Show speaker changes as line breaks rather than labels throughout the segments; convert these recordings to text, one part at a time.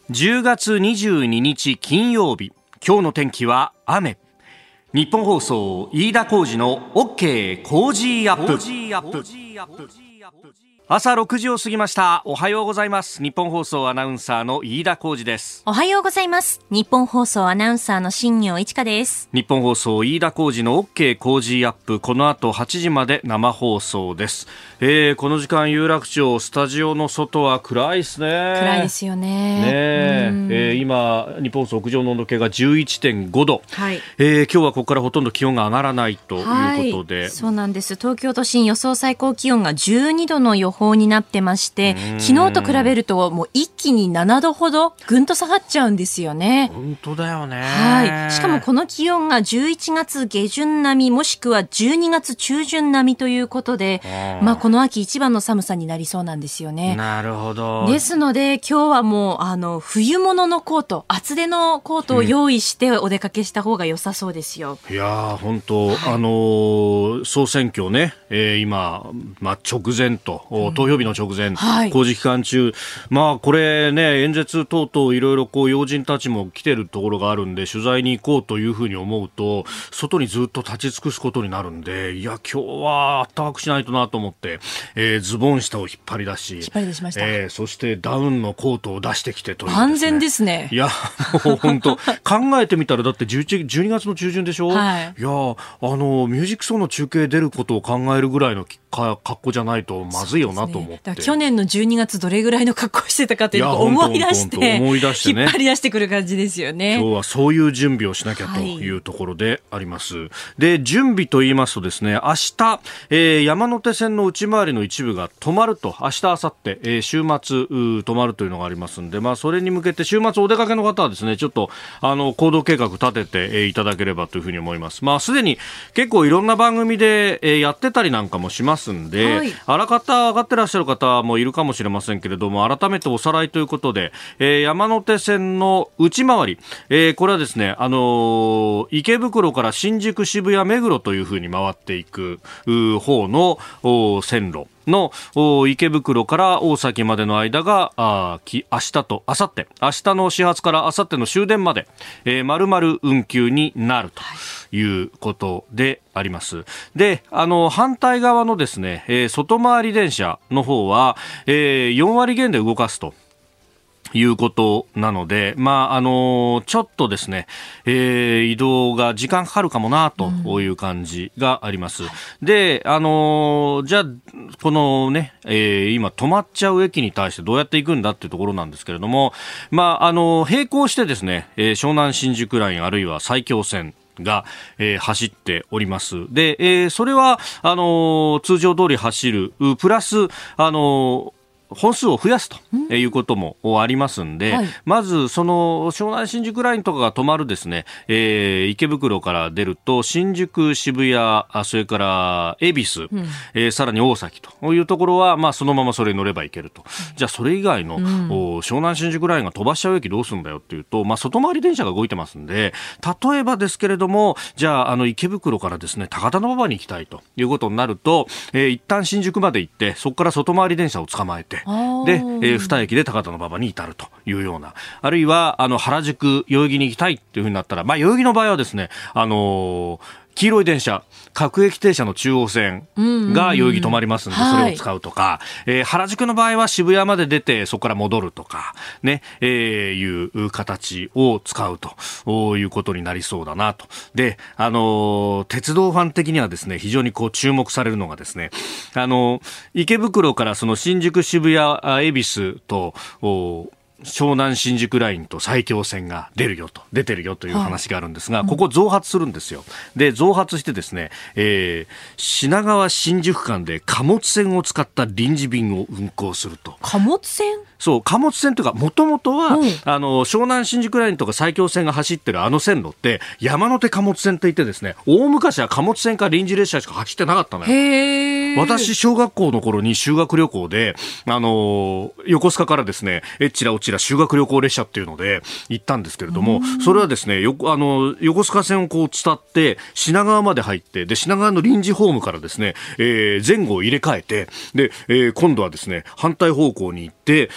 10月22日金曜日、今日の天気は雨。日本放送飯田浩司の OK コージーアップ。朝6時を過ぎました。おはようございます。日本放送アナウンサーの飯田浩司です。
おはようございます。日本放送アナウンサーの新業一華です。
日本放送飯田浩司の OK コージーアップ、この後8時まで生放送です。この時間有楽町スタジオの外は暗いですね。
暗いですよね。
今日本放送屋上の温度計が 11.5 度、
はい。
今日はここからほとんど気温が上がらないということで、
はい、そうなんです。東京都心予想最高気温が12度の予報になってまして、昨日と比べるともう一気に7度ほどぐんと下がっちゃうんですよね。
本当だよね。
はい。しかもこの気温が11月下旬並みもしくは12月中旬並みということで、この秋一番の寒さになりそうなんですよね。
なるほど。
ですので今日はもう冬物のコート、厚手のコートを用意してお出かけした方が良さそうですよ。
いや本当、総選挙ね、今、直前と、投票日の直前、公示期間中、これね、演説等々いろいろ要人たちも来てるところがあるんで、取材に行こうというふうに思うと、外にずっと立ち尽くすことになるんで、いや今日は暖かくしないとなと思って、ズボン下を引っ張り出し、
ました。
そしてダウンのコートを出してきてという、
安全ですね。
いやもう本当考えてみたらだって12月の中旬でしょ。
はい。
いやミュージックソーの中継出ることを考えるぐらいの格好じゃないとまずいよなと思って、
だから去年の12月どれぐらいの格好してたかというのを思い出してね、引っ張り出してくる感じですよね。
今日はそういう準備をしなきゃというところであります、はい。で、準備と言いますとですね、明日、山手線の内回りの一部が止まると、明日明後日、週末止まるというのがありますんで、それに向けて週末お出かけの方はですね、ちょっと行動計画立てて、いただければというふうに思います。すでに結構いろんな番組で、やってたりなんかもしますんで、はい、あらかた上がってらっしゃる方もいるかもしれませんけれども、改めておさらいということで、山手線の内回り、これはですね、池袋から新宿、渋谷、目黒というふうに回っていく方の線路の池袋から大崎までの間が明日と明後日、明日の始発から明後日の終電まで、丸々運休になるということであります。で、反対側のですね、外回り電車の方は、4割減で動かすということなので、ちょっとですね、移動が時間かかるかもなという感じがあります。で、じゃあこのね、今止まっちゃう駅に対してどうやって行くんだっていうところなんですけれども、並行してですね、湘南新宿ラインあるいは埼京線が、走っております。で、それは通常通り走るプラス本数を増やすということもありますんで、はい、まずその湘南新宿ラインとかが止まるですね、池袋から出ると新宿、渋谷、それから恵比寿、さらに大崎というところは、そのままそれに乗ればいけると。じゃあそれ以外の、湘南新宿ラインが飛ばしちゃう駅どうするんだよっていうと、外回り電車が動いてますんで、例えばですけれども、じゃあ池袋からですね高田馬場に行きたいということになると、一旦新宿まで行ってそこから外回り電車を捕まえて、で、2駅で高田馬場に至るというような、あるいは原宿、代々木に行きたいっていう風になったら、代々木の場合はですね、黄色い電車、各駅停車の中央線が代々木止まりますので、それを使うとか、原宿の場合は渋谷まで出てそこから戻るとかね、いう形を使うということになりそうだなと。で、鉄道ファン的にはですね、非常に注目されるのがですね、池袋からその新宿、渋谷、恵比寿と湘南新宿ラインと埼京線が出てるよという話があるんですが、ここ増発するんですよ。で、増発してですね、品川新宿間で貨物船を使った臨時便を運行すると。
貨物船？
そう、貨物船というか、もともとは、湘南新宿ラインとか埼京線が走ってる線路って山手貨物船といってですね、大昔は貨物船か臨時列車しか走ってなかったのよ。私小学校の頃に修学旅行で横須賀からですね、えっちらおっちら修学旅行列車っていうので行ったんですけれども、それはですね、横須賀線を伝って品川まで入って、で品川の臨時ホームからですね、前後を入れ替えて、で、今度はですね反対方向に行って、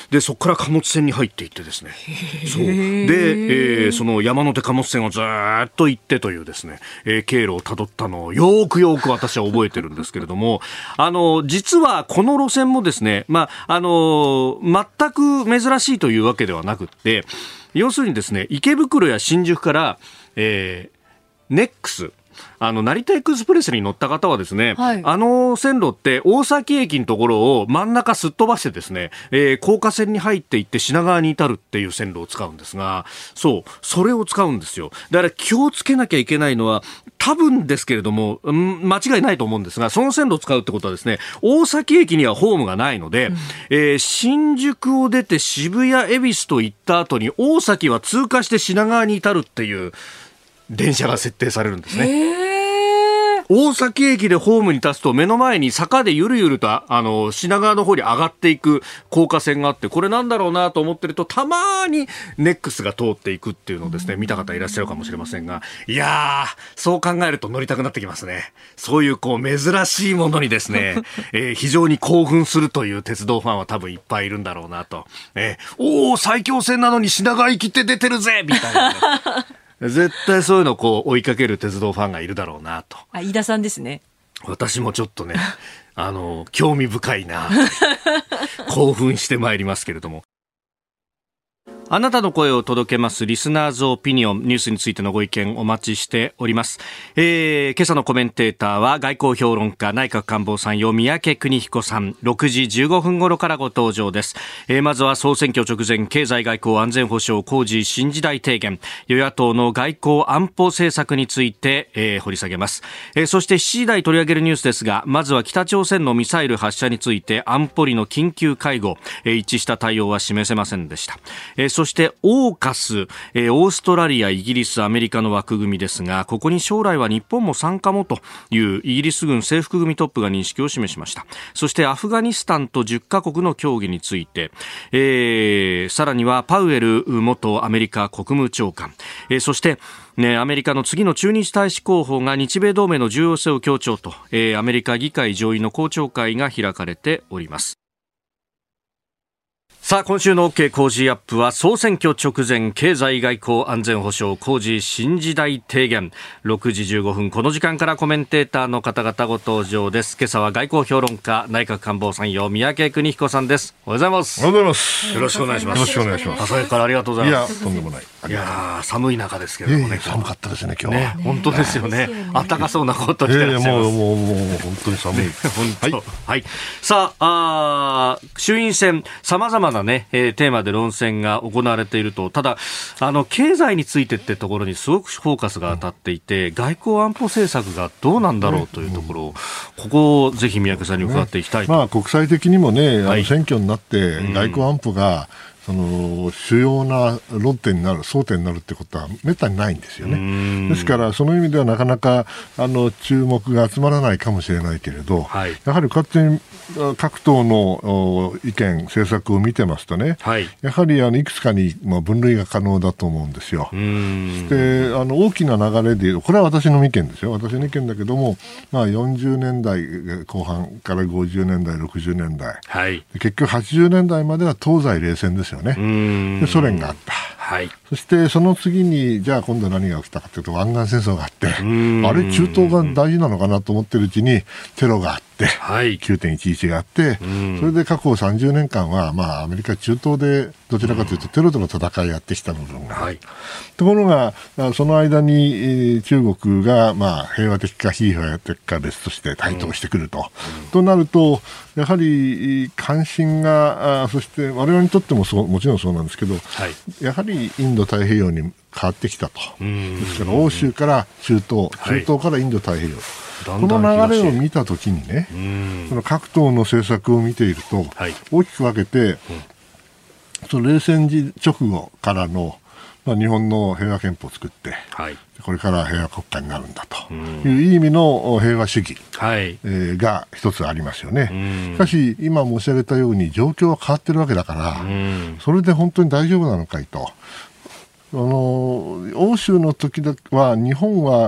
でそこから貨物船に入っていってですね、そうで、その山手貨物船をずっと行ってというですね、経路をたどったのをよく私は覚えてるんですけれども、実はこの路線もですね、全く珍しいというわけではなくって、要するにですね、池袋や新宿から、ネックス、成田エクスプレスに乗った方はですね、はい、線路って大崎駅のところを真ん中すっ飛ばしてですね、高架線に入っていって品川に至るっていう線路を使うんですが、それを使うんですよ。だから気をつけなきゃいけないのは、多分ですけれども、間違いないと思うんですが、その線路を使うってことはですね、大崎駅にはホームがないので、新宿を出て渋谷恵比寿と行った後に大崎は通過して品川に至るっていう電車が設定されるんですね。大崎駅でホームに立つと目の前に坂でゆるゆると品川の方に上がっていく高架線があって、これなんだろうなと思ってるとたまにネックスが通っていくっていうのをですね見た方いらっしゃるかもしれませんが、いやーそう考えると乗りたくなってきますね。そういう珍しいものにですね、非常に興奮するという鉄道ファンは多分いっぱいいるんだろうなと、埼京線なのに品川行きって出てるぜみたいな、ね絶対そういうのを追いかける鉄道ファンがいるだろうなと。
飯田さんですね。
私もちょっとね興味深いな興奮してまいりますけれども、あなたの声を届けますリスナーズオピニオン、ニュースについてのご意見お待ちしております。今朝のコメンテーターは外交評論家内閣官房参与三宅邦彦さん、6時15分頃からご登場です。まずは総選挙直前、経済外交安全保障工事新時代提言、与野党の外交安保政策について、掘り下げます。そして7時台取り上げるニュースですが、まずは北朝鮮のミサイル発射について安保理の緊急会合、一致した対応は示せませんでした。そしてオーカス、オーストラリア、イギリス、アメリカの枠組みですが、ここに将来は日本も参加もというイギリス軍制服組トップが認識を示しました。そしてアフガニスタンと10カ国の協議について、さらにはパウエル元アメリカ国務長官、そしてアメリカの次の駐日大使候補が日米同盟の重要性を強調と、アメリカ議会上院の公聴会が開かれております。さあ、今週の OK 工事アップは総選挙直前、経済外交安全保障工事新時代提言。6時15分、この時間からコメンテーターの方々ご登場です。今朝は外交評論家内閣官房参与三宅邦彦さんです。おはようございます。
おはようございます。
よろしくお願いします。
よろしくお願いします。
朝早くからありがとうございます。
いや、とんでもない。
いや寒い中ですけれどもね、
寒かったですね今日は、
ね、本当ですよね。暖かそうなこと着てらっしゃいます。
もう本当に寒い、ね、
本当、はい、はい、さあ、衆院選さまざまなね、テーマで論戦が行われていると。ただ経済についてってところにすごくフォーカスが当たっていて、外交安保政策がどうなんだろうというところを、ここをぜひ三宅さんに伺っていきたいと、
国際的にもね、選挙になって外交安保が主要な論点になる、争点になるってことはめったにないんですよね。ですからその意味ではなかなか注目が集まらないかもしれないけれど、はい、やはりこうやって各党の意見政策を見てますとね、はい、やはりいくつかに分類が可能だと思うんですよ。で大きな流れで、これは私の意見ですよ、私の意見だけども、40年代後半から50年代60年代、はい、結局80年代までは東西冷戦ですよね。でソ連があった、はい、そしてその次にじゃあ今度何が起きたかというと湾岸戦争があって、あれ中東が大事なのかなと思ってるうちにテロがあって、はい、9.11 があって、それで過去30年間は、アメリカ中東でどちらかというとテロとの戦いやってきた部分が、はい、ところがその間に中国が、平和的か非平和的か別として台頭してくるとなると、やはり関心が、そして我々にとってももちろんそうなんですけど、はい、やはりインド太平洋に変わってきたと。ですから欧州から中東からインド太平洋、この流れを見たときにね、その各党の政策を見ていると、はい、大きく分けて、その冷戦時直後からの、日本の平和憲法を作って、はい、これから平和国家になるんだという意味の平和主義、が一つありますよね。しかし今申し上げたように状況は変わってるわけだから、それで本当に大丈夫なのかいと。欧州の時は日本は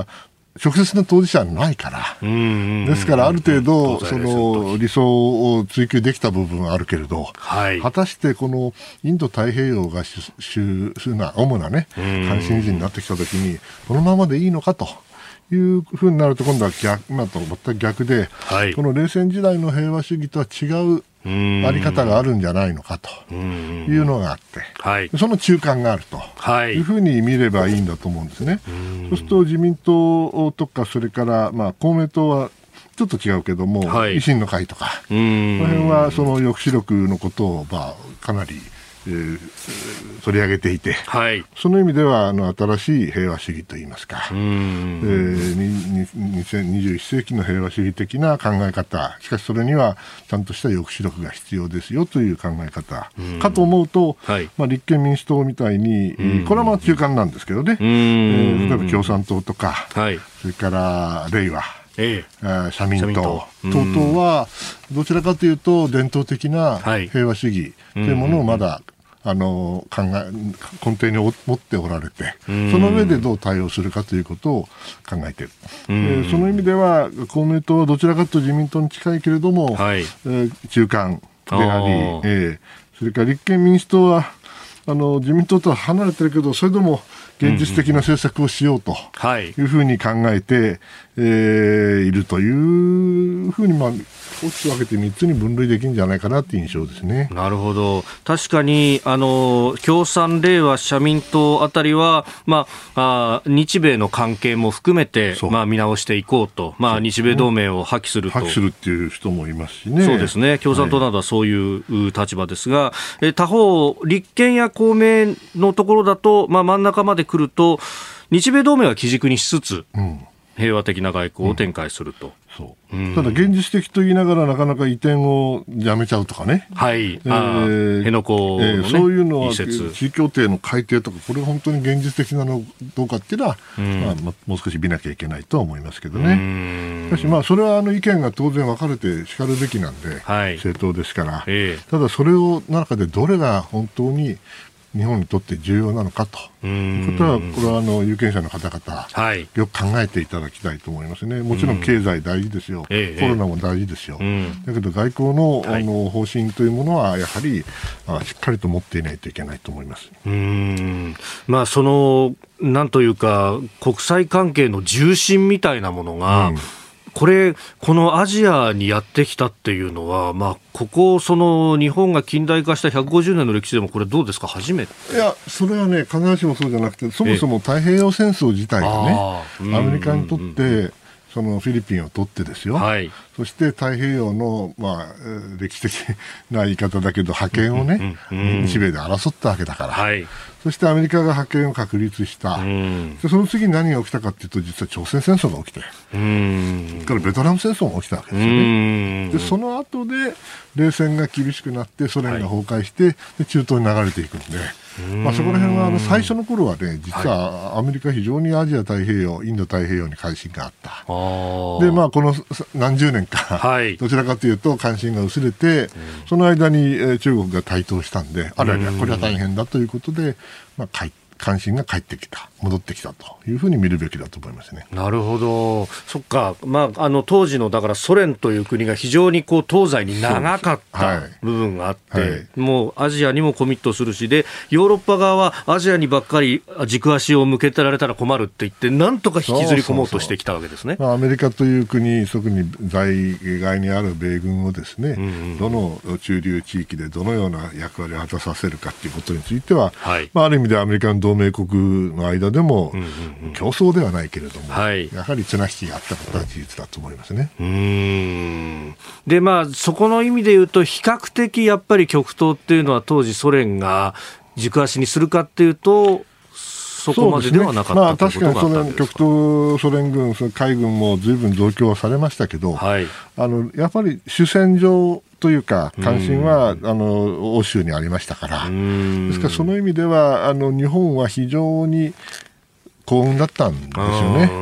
直接の当事者はないから、ですからある程度その理想を追求できた部分はあるけれど、はい、果たしてこのインド太平洋が主なね関心事になってきたときにこのままでいいのかというふうになると今度は今と全く逆で、はい、この冷戦時代の平和主義とは違うあり方があるんじゃないのかというのがあって、はい、その中間があるというふうに見ればいいんだと思うんですね。そうすると自民党とかそれから公明党はちょっと違うけども、はい、維新の会とかこの辺はその抑止力のことをかなり取り上げていて、はい、その意味では新しい平和主義といいますか、21世紀の平和主義的な考え方、しかしそれにはちゃんとした抑止力が必要ですよという考え方かと思うと、はい、立憲民主党みたいにこれは中間なんですけどね、例えば共産党とか、はい、それかられいわ社民党等々はどちらかというと伝統的な平和主義というものをまだ根底に持っておられて、その上でどう対応するかということを考えている。その意味では公明党はどちらかというと自民党に近いけれども、はい、中間であり、それから立憲民主党は自民党とは離れてるけどそれでも現実的な政策をしようというふうに考えて、いるというふうに大きく分けて3つに分類できるんじゃないかなという印象ですね。
なるほど。確かに共産、れいわ、社民党あたりは、日米の関係も含めて、見直していこうと、日米同盟を破棄すると、
破棄するっていう人もいますしね。
そうですね。共産党などはそういう立場ですが、他方立憲や公明のところだと、真ん中まで来ると日米同盟は基軸にしつつ、平和的な外交を展開すると、
ただ現実的と言いながらなかなか移転をやめちゃうとかね、はい、
辺野古の、
そういうのは地位協定の改定とかこれが本当に現実的なのどうかっていうのは、もう少し見なきゃいけないとは思いますけどね。しかしそれは意見が当然分かれてしかるべきなんで、政党ですから、ただそれを中でどれが本当に日本にとって重要なのかということは、これは有権者の方々、よく考えていただきたいと思いますね。もちろん経済大事ですよ、コロナも大事ですよ、だけど外交の、方針というものはやはりしっかりと持っていないといけないと思います。
そのなんというか国際関係の重心みたいなものが、このアジアにやってきたっていうのは、ここ日本が近代化した150年の歴史でもこれどうですか、初めて？
いや、それはね必ずしもそうじゃなくて、そもそも太平洋戦争自体がね、アメリカにとってフィリピンを取ってですよ、そして太平洋の、歴史的な言い方だけど覇権をね、日米で争ったわけだから、そしてアメリカが覇権を確立した、でその次に何が起きたかというと、実は朝鮮戦争が起きて、それからベトナム戦争も起きたわけですよね。でその後で冷戦が厳しくなってソ連が崩壊して、で中東に流れていくんで、そこら辺は最初の頃はね、実はアメリカ非常にアジア太平洋、インド太平洋に関心があった。でこの何十年か、どちらかというと関心が薄れて、その間に中国が台頭したんで、これは大変だということで、関心が帰ってきた、戻ってきたというふうに見るべきだと思いますね。
なるほど。そっか、当時のだからソ連という国が非常に東西に長かった部分があって、もうアジアにもコミットするし、でヨーロッパ側はアジアにばっかり軸足を向けてられたら困るって言って、なんとか引きずり込もうとしてきたわけですね。
アメリカという国、特に在外にある米軍をですね、どの中流地域でどのような役割を果たさせるかということについては、ある意味でアメリカの同盟国の間でも、競争ではないけれども、やはり綱引きがあったことは事実だと思いますね。
でそこの意味で言うと、比較的やっぱり極東っていうのは当時ソ連が軸足にするかっていうと、そこまでではなかったということがあったんですか。
確かに極東ソ連軍、海軍も随分増強されましたけど、やっぱり主戦場というか関心は欧州にありましたから、ですからその意味では日本は非常に幸運だったんですよね。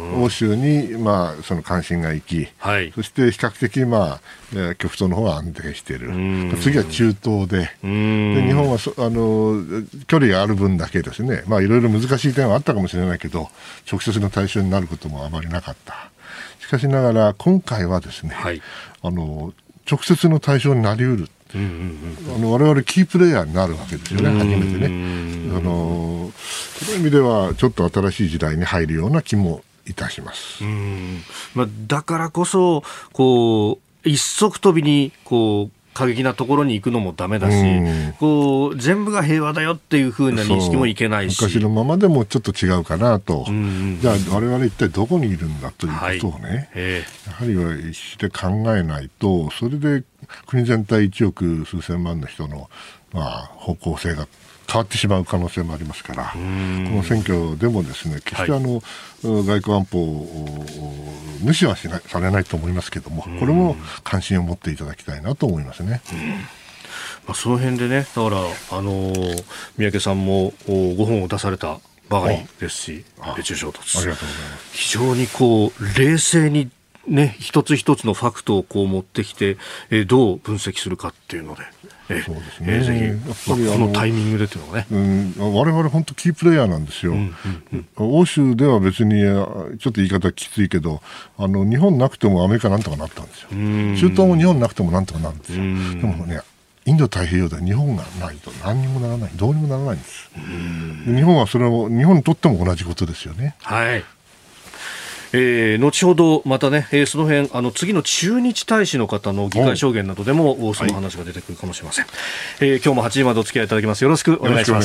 欧州に、その関心が行き、
はい、
そして比較的、極東の方は安定している。次は中東で、日本は距離がある分だけですね、いろいろ難しい点はあったかもしれないけど、直接の対象になることもあまりなかった。しかしながら、今回はですね、はい、直接の対象になりうる。我々キープレイヤーになるわけですよね、初めてね。そういう意味ではちょっと新しい時代に入るような気もいたします。
だからこそ一足飛びに過激なところに行くのもダメだし、全部が平和だよっていう風な認識もいけないし、
昔のままでもちょっと違うかなと、じゃあ我々一体どこにいるんだということをね、やはり一緒で考えないと、それで国全体1億数千万の人の、方向性が変わってしまう可能性もありますから、この選挙でもですね、決して外交安保を無視はされないと思いますけども、これも関心を持っていただきたいなと思いますね。
その辺でね、だから三宅さんもご本を出されたばかりですし、中衝突、
ありがとうございます。
非常に冷静にね、一つ一つのファクトを持ってきて、どう分析するかっていうので、
そうですね、
ぜひ、このタイミングでというのがね、
我々本当キープレイヤーなんですよ。欧州では別にちょっと言い方きついけど、日本なくてもアメリカなんとかなったんですよ。中東も日本なくてもなんとかなるんですよ。でもね、インド太平洋では日本がないと何にもならない、どうにもならないんです。日本はそれを日本にとっても同じことですよね。
はい。後ほどまたね、その辺次の駐日大使の方の議会証言などでもその話が出てくるかもしれません。今日も8時までお付き合いいただきます。よろしくお願いします。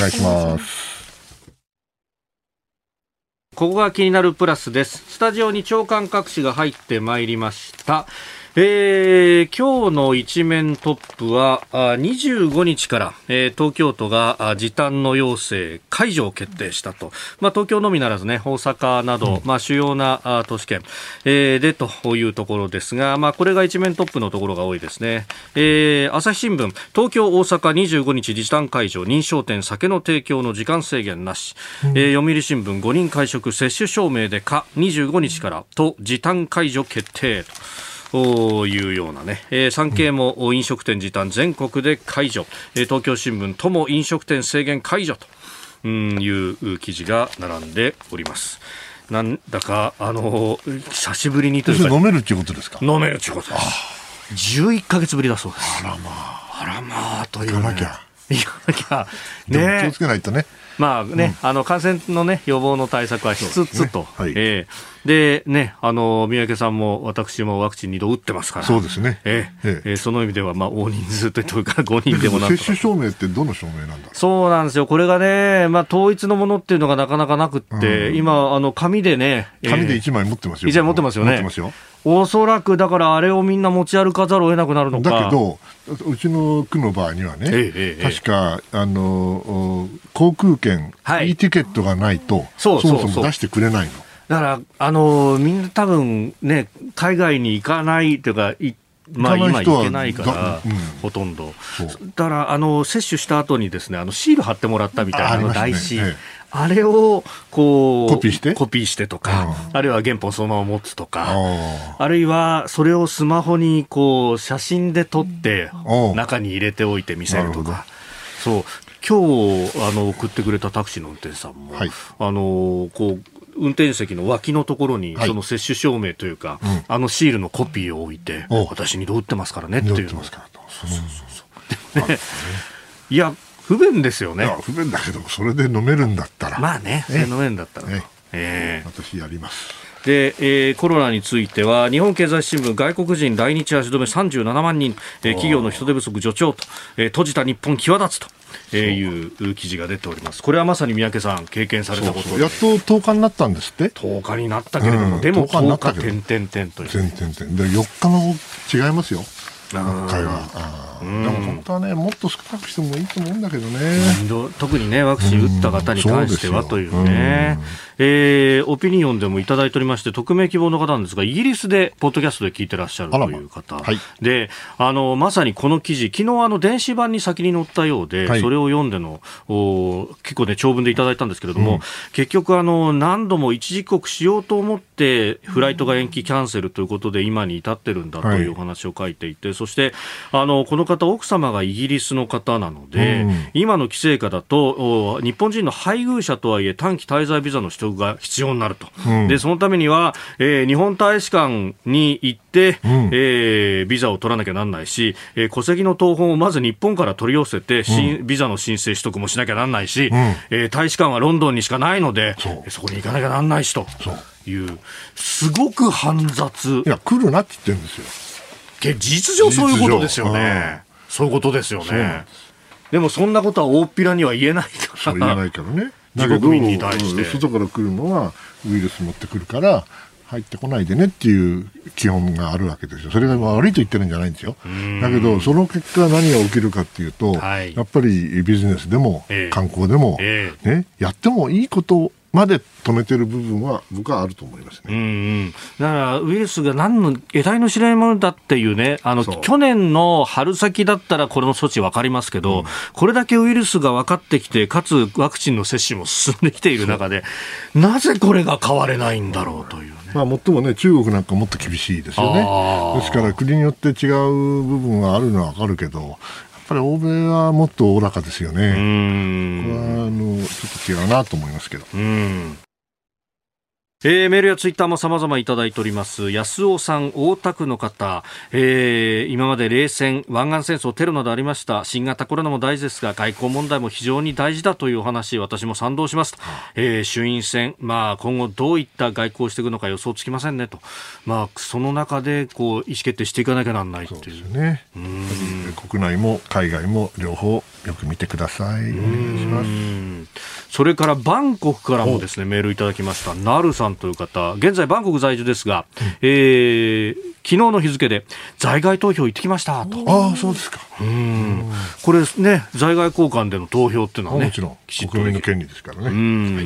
ここが気になるプラスです。スタジオに長官各紙が入ってまいりました。今日の一面トップは25日から、東京都が時短の要請解除を決定したと、東京のみならずね、大阪など、主要な都市圏、でというところですが、これが一面トップのところが多いですね。朝日新聞、東京大阪25日時短解除、認証店酒の提供の時間制限なし。読売新聞、5人会食接種証明でか25日からと時短解除決定というようなね、産経も飲食店時短全国で解除、東京新聞とも飲食店制限解除という記事が並んでおります。なんだか久しぶりにというか、
飲めるっていうことですか。
飲めるっていうことです。11ヶ月ぶりだそうです。あらまあという、ね、
行かなきゃ
ね、
気をつけないとね。
感染の、ね、予防の対策はしつつと、でね、三宅さんも私もワクチン2度打ってますから、
そうですね。
その意味では大人数というか5人でもなんとか。
接種証明ってどの証明なんだろう。
そうなんですよ。これがね、統一のものっていうのがなかなかなくって、今紙でね、
紙で1枚持ってますよ。
1枚持ってますよね。
持ってますよ。
おそらくだからあれをみんな持ち歩かざるを得なくなるのか。
だけどうちの区の場合にはね、確か航空券、E ティケットがないとそもそも出してくれないの。だ
からみんな多分ね、海外に行かないというか今行けないから、ほとんどだから接種した後にですね、シール貼ってもらったみたいな台紙、あれをコピーしてとか、あるいは原本そのまま持つとか、あるいはそれをスマホに写真で撮って中に入れておいて見せるとか。そう今日送ってくれたタクシーの運転手さんも、運転席の脇のところにその接種証明というか、シールのコピーを置いて、私2度打ってますからねっていうの。いや不便ですよね。
不便だけどそれで飲めるんだったら
飲めるんだったら、
私やります。
でコロナについては日本経済新聞、外国人来日足止め37万人、企業の人手不足助長と、閉じた日本際立つという記事が出ております。これはまさに三宅さん経験されたことで、
やっと10日になったんですって。
10日になったけれども、でも10日点々という
で4日の違いますよ。会話でも本当はね、もっと少なくしてもいいと思うんだけどね。
特にね、ワクチン打った方に関してはというね。オピニオンでもいただいておりまして、匿名希望の方なんですが、イギリスでポッドキャストで聞いてらっしゃるという方、はい、でまさにこの記事、昨日電子版に先に載ったようで、はい、それを読んでの結構ね長文でいただいたんですけれども、結局何度も一時帰国しようと思ってフライトが延期キャンセルということで今に至ってるんだというお話を書いていて、はい、そしてこの方奥様がイギリスの方なので、今の規制下だと日本人の配偶者とはいえ短期滞在ビザの取得が必要になると、でそのためには、日本大使館に行って、ビザを取らなきゃなんないし、戸籍の謄本をまず日本から取り寄せて、ビザの申請取得もしなきゃなんないし、大使館はロンドンにしかないので そこに行かなきゃなんないしというすごく煩雑。
いや来るなって言ってるんですよ。
事実上そういうことですよね。そういうことですよね。でもそんなことは大っぴらには言えないから。
そう言えないからね。だけど外から来るのはウイルス持ってくるから入ってこないでねっていう基本があるわけですよ。それが悪いと言ってるんじゃないんですよ。だけどその結果何が起きるかっていうと、はい、やっぱりビジネスでも観光でも、ね、やってもいいことまで止めてる部分は僕はあると思いますね。
だからウイルスが何の得体の知れないものだっていうね、去年の春先だったらこれの措置分かりますけど、これだけウイルスが分かってきてかつワクチンの接種も進んできている中でなぜこれが変われないんだろうというね。
もっともね、中国なんかもっと厳しいですよね。ですから国によって違う部分があるのは分かるけど、やっぱり欧米はもっとおおらかですよね。これはちょっと違うなと思いますけど。
メールやツイッターも様々いただいております。安尾さん、大田区の方、今まで冷戦、湾岸戦争、テロなどありました。新型コロナも大事ですが、外交問題も非常に大事だというお話、私も賛同します。衆院選、今後どういった外交をしていくのか予想つきませんねと。その中で意思決定していかなきゃなんないっていう。そうですね。
国内も海外も両方よく見てください。お願いします。
それからバンコクからもですね、メールいただきました。なるさんという方、現在バンコク在住ですが、昨日の日付で在外投票行ってきましたと。
ああ、そうですか。
これね、在外交換での投票っていうのはね、
もちろん国民の権利ですからね。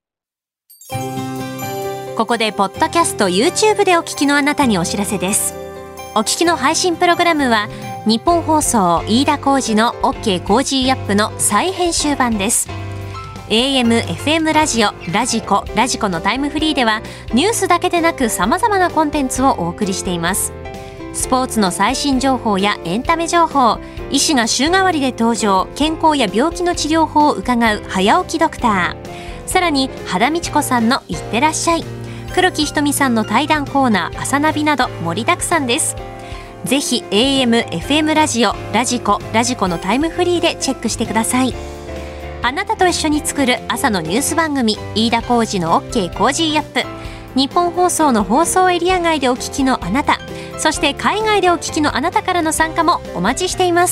ここでポッドキャスト YouTube でお聞きのあなたにお知らせです。お聞きの配信プログラムは日本放送飯田浩司の OK コージーアップの再編集版です。AM、FM ラジオ、ラジコのタイムフリーではニュースだけでなく様々なコンテンツをお送りしています。スポーツの最新情報やエンタメ情報、医師が週替わりで登場、健康や病気の治療法を伺う早起きドクター、さらに羽田美智子さんのいってらっしゃい、黒木ひとみさんの対談コーナー朝ナビなど盛りだくさんです。ぜひ AM、FM ラジオ、ラジコのタイムフリーでチェックしてください。あなたと一緒に作る朝のニュース番組、飯田浩司の OK コージーアップ。日本放送の放送エリア外でお聞きのあなた、そして海外でお聞きのあなたからの参加もお待ちしています。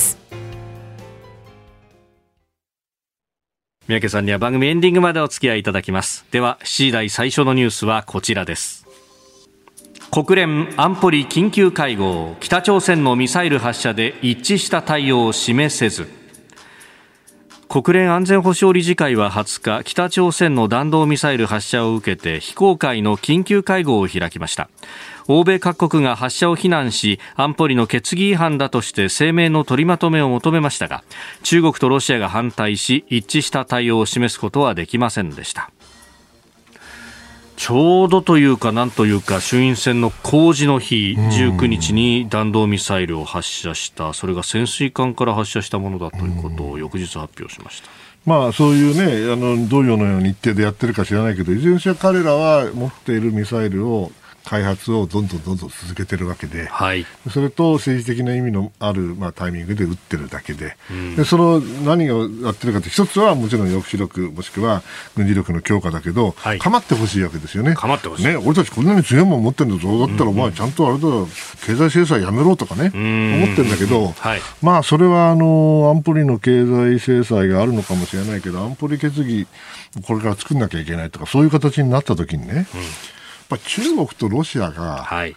三宅さんには番組エンディングまでお付き合いいただきます。では7時台最初のニュースはこちらです。国連安保理緊急会合、北朝鮮のミサイル発射で一致した対応を示せず。国連安全保障理事会は20日、北朝鮮の弾道ミサイル発射を受けて非公開の緊急会合を開きました。欧米各国が発射を非難し、安保理の決議違反だとして声明の取りまとめを求めましたが、中国とロシアが反対し、一致した対応を示すことはできませんでした。ちょうどというかなんというか、衆院選の公示の日19日に弾道ミサイルを発射した、それが潜水艦から発射したものだということを翌日発表しました。
そういうね、どういうような日程でやってるか知らないけど、いずれにしろ彼らは持っているミサイルを開発をどんどん続けてるわけで、それと政治的な意味のある、タイミングで撃ってるだけで、でその何をやってるかと一つはもちろん抑止力もしくは軍事力の強化だけど、構ってほしいわけですよね。
構ってほしい、
俺たちこんなに強いもの持ってるんだぞ、だったらお前ちゃんとあれだ経済制裁やめろとかね、思ってるんだけど、それは安保理の経済制裁があるのかもしれないけど、安保理決議これから作んなきゃいけないとか、そういう形になった時にね、中国とロシアが、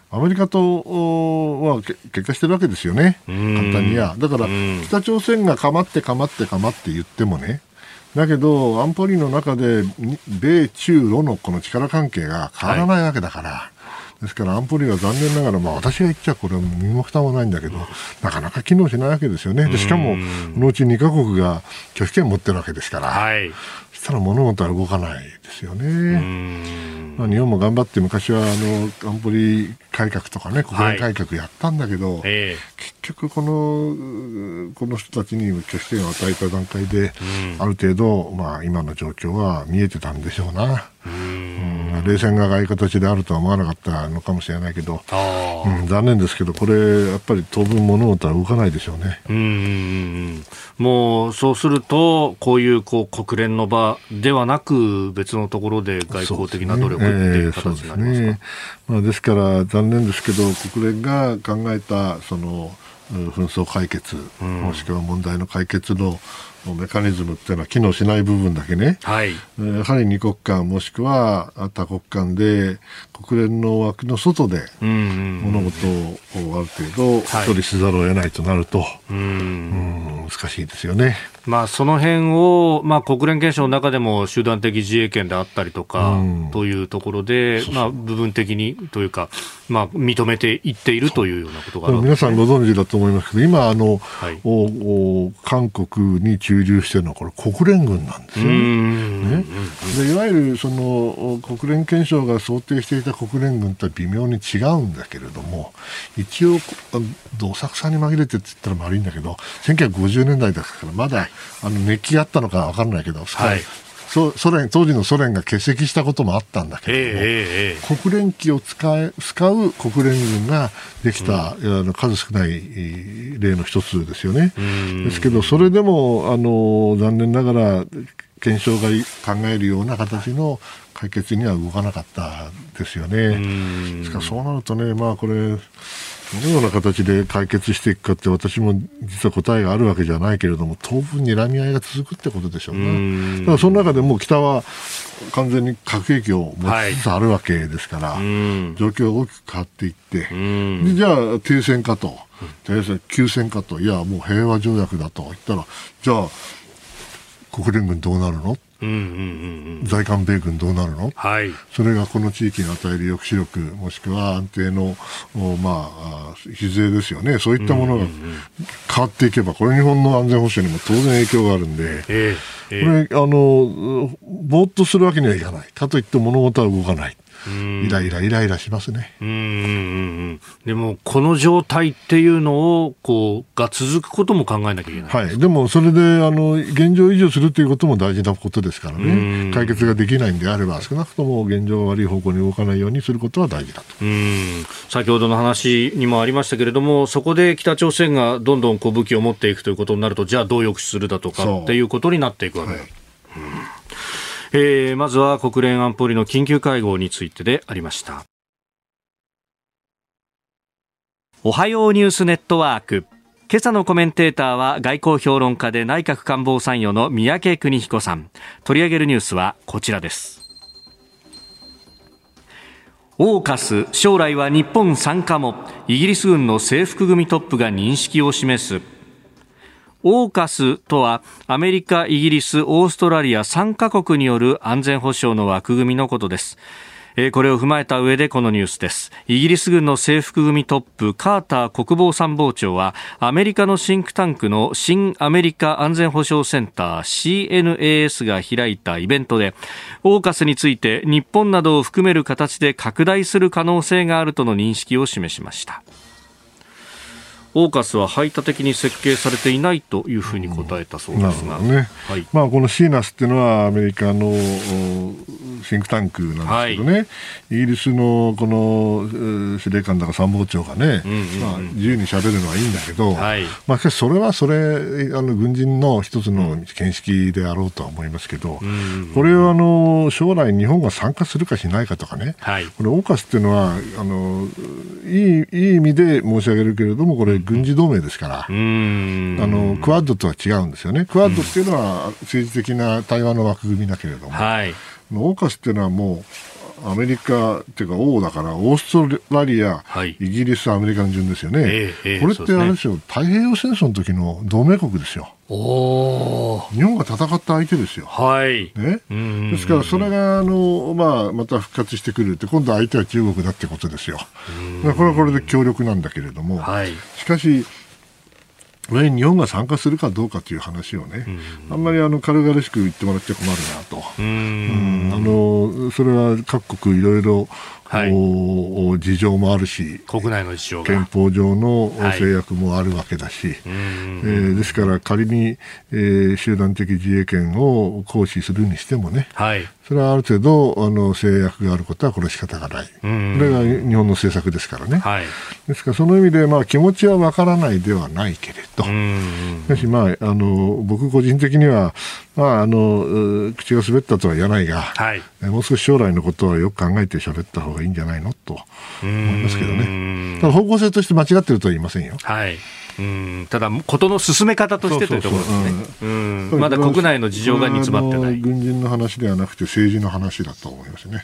アメリカとは結果してるわけですよね、簡単には。だから北朝鮮が構って言ってもね、だけど安保理の中で米中ロのこの力関係が変わらないわけだから、ですから安保理は残念ながら、私が言っちゃこれは身も蓋もないんだけど、なかなか機能しないわけですよね。でしかもこのうち2カ国が拒否権を持ってるわけですから、そしたら物事は動かないですよね。日本も頑張って昔は安保理改革とかね、国連改革やったんだけど、結局この人たちに拒否権を与えた段階で、ある程度、今の状況は見えてたんでしょうな。冷戦がああいう形であるとは思わなかったのかもしれないけど、残念ですけど、これやっぱり当分物事は動かないでしょうね。
もうそうするとこういう国連の場ではなく別のところで外交的な努力っていう形になりますか。
ですから残念ですけど、国連が考えたその紛争解決、もしくは問題の解決のメカニズムっていうのは機能しない部分だけね、やはり二国間もしくは多国間で国連の枠の外で物事をある程度処理せざるを得ないとなると、難しいですよね。
その辺を、国連憲章の中でも集団的自衛権であったりとか、というところで、部分的にというか、認めていっているというようなことがある。
皆さんご存知だと思いますけど、今韓国に駐留しているのはこれ国連軍なんですよね。でいわゆるその国連憲章が想定していた国連軍とは微妙に違うんだけれども、一応どさくさに紛れてって言ったら悪いんだけど、1950年代だからまだ熱気があったのか分からないけど、当時のソ連が欠席したこともあったんだけれども、国連機を使う国連軍ができた、数少ない例の一つですよね。ですけどそれでも残念ながら憲章が考えるような形の解決には動かなかったですよね。ですからそうなるとね、これどのような形で解決していくかって私も実は答えがあるわけじゃないけれども、当分睨み合いが続くってことでしょうね。だからその中でもう北は完全に核兵器を持ちつつあるわけですから、状況が大きく変わっていって、じゃあ停戦かと、休戦かと、いやもう平和条約だと言ったら、じゃあ国連軍どうなるの、在韓米軍どうなるの、それがこの地域に与える抑止力もしくは安定の礎ですよね。そういったものが変わっていけば、これ日本の安全保障にも当然影響があるんで、これぼーっとするわけにはいかない。かといって物事は動かない。イライラしますね。
でもこの状態っていうのをが続くことも考えなきゃいけない。
でもそれで現状維持するということも大事なことですからね。解決ができないんであれば少なくとも現状が悪い方向に動かないようにすることは大事だと。
先ほどの話にもありましたけれども、そこで北朝鮮がどんどん武器を持っていくということになると、じゃあどう抑止するだとかっていうことになっていくわけです。まずは国連安保理の緊急会合についてでありました。おはようニュースネットワーク、今朝のコメンテーターは外交評論家で内閣官房参与の三宅邦彦さん。取り上げるニュースはこちらです。オーカス、将来は日本参加も、イギリス軍の制服組トップが認識を示す。オーカスとはアメリカ、イギリス、オーストラリア3カ国による安全保障の枠組みのことです。これを踏まえた上でこのニュースです。イギリス軍の制服組トップカーター国防参謀長はアメリカのシンクタンクの新アメリカ安全保障センター CNAS が開いたイベントで、オーカスについて日本などを含める形で拡大する可能性があるとの認識を示しました。オーカスは排他的に設計されていないというふうに答えたそうですが、
このシーナスっていうのはアメリカのシンクタンクなんですけどね、イギリスのこの司令官だか参謀長がね、自由に喋るのはいいんだけど、しかしそれは軍人の一つの見識であろうとは思いますけど、これを将来日本が参加するかしないかとかね、これオーカスっていうのはいい意味で申し上げるけれども、これ軍事同盟ですから、クアッドとは違うんですよね。クアッドっていうのは政治的な対話の枠組みだけれども、オーカスっていうのはもうアメリカっていうか O だからオーストラリア、
はい、
イギリス、アメリカの順ですよね。これってあれですよ、太平洋戦争の時の同盟国ですよ。日本が戦った相手ですよ。
はい。
ね、ですからそれがまた復活してくるって、今度は相手は中国だってことですよ。これはこれで強力なんだけれども、はい、しかし日本が参加するかどうかという話をね、あんまり軽々しく言ってもらっちゃ困るなと。それは各国いろいろ事情もあるし、
国内の事情が
憲法上の制約もあるわけだし、ですから仮に、集団的自衛権を行使するにしてもね、はい、それはある程度制約があることはこれは仕方がない。これが日本の政策ですからね。はい、ですからその意味で、気持ちはわからないではないけれど、しかし、僕個人的には、口が滑ったとは言わないが、はい、もう少し将来のことはよく考えて喋った方がいいんじゃないのと思いますけどね。ただ方向性として間違ってるとは言いませんよ。はい、
ただ事の進め方としてというところですね。まだ国内の事情が煮詰まってない。
軍人の話ではなくて政治の話だと思いますね。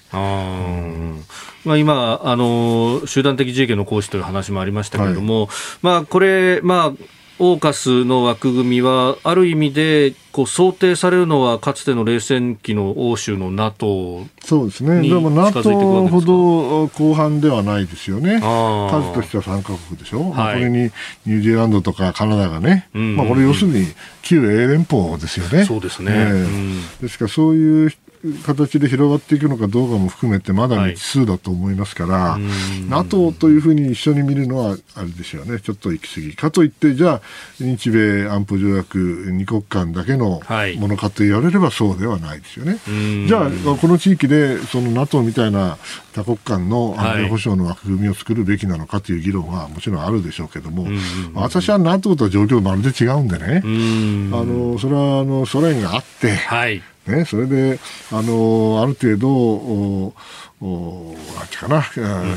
今集団的自衛権の行使という話もありましたけれども、はい、これオーカスの枠組みはある意味で想定されるのはかつての冷戦期の欧州の NATO
そうですね。でも NATO ほど後半ではないですよね。数としては3カ国でしょ、はい、これにニュージーランドとかカナダがね、これ要するに旧英連邦ですよね。
そうですね。
ですからそういう形で広がっていくのかどうかも含めてまだ未知数だと思いますから、はい、NATO というふうに一緒に見るのはあれですよね。ちょっと行き過ぎかといって、じゃあ日米安保条約2国間だけのものかと言われればそうではないですよね。じゃあこの地域でその NATO みたいな多国間の安全保障の枠組みを作るべきなのかという議論はもちろんあるでしょうけども、私は NATO とは状況まるで違うんでね、それはソ連があって、はいね、それである程度なんていうかな、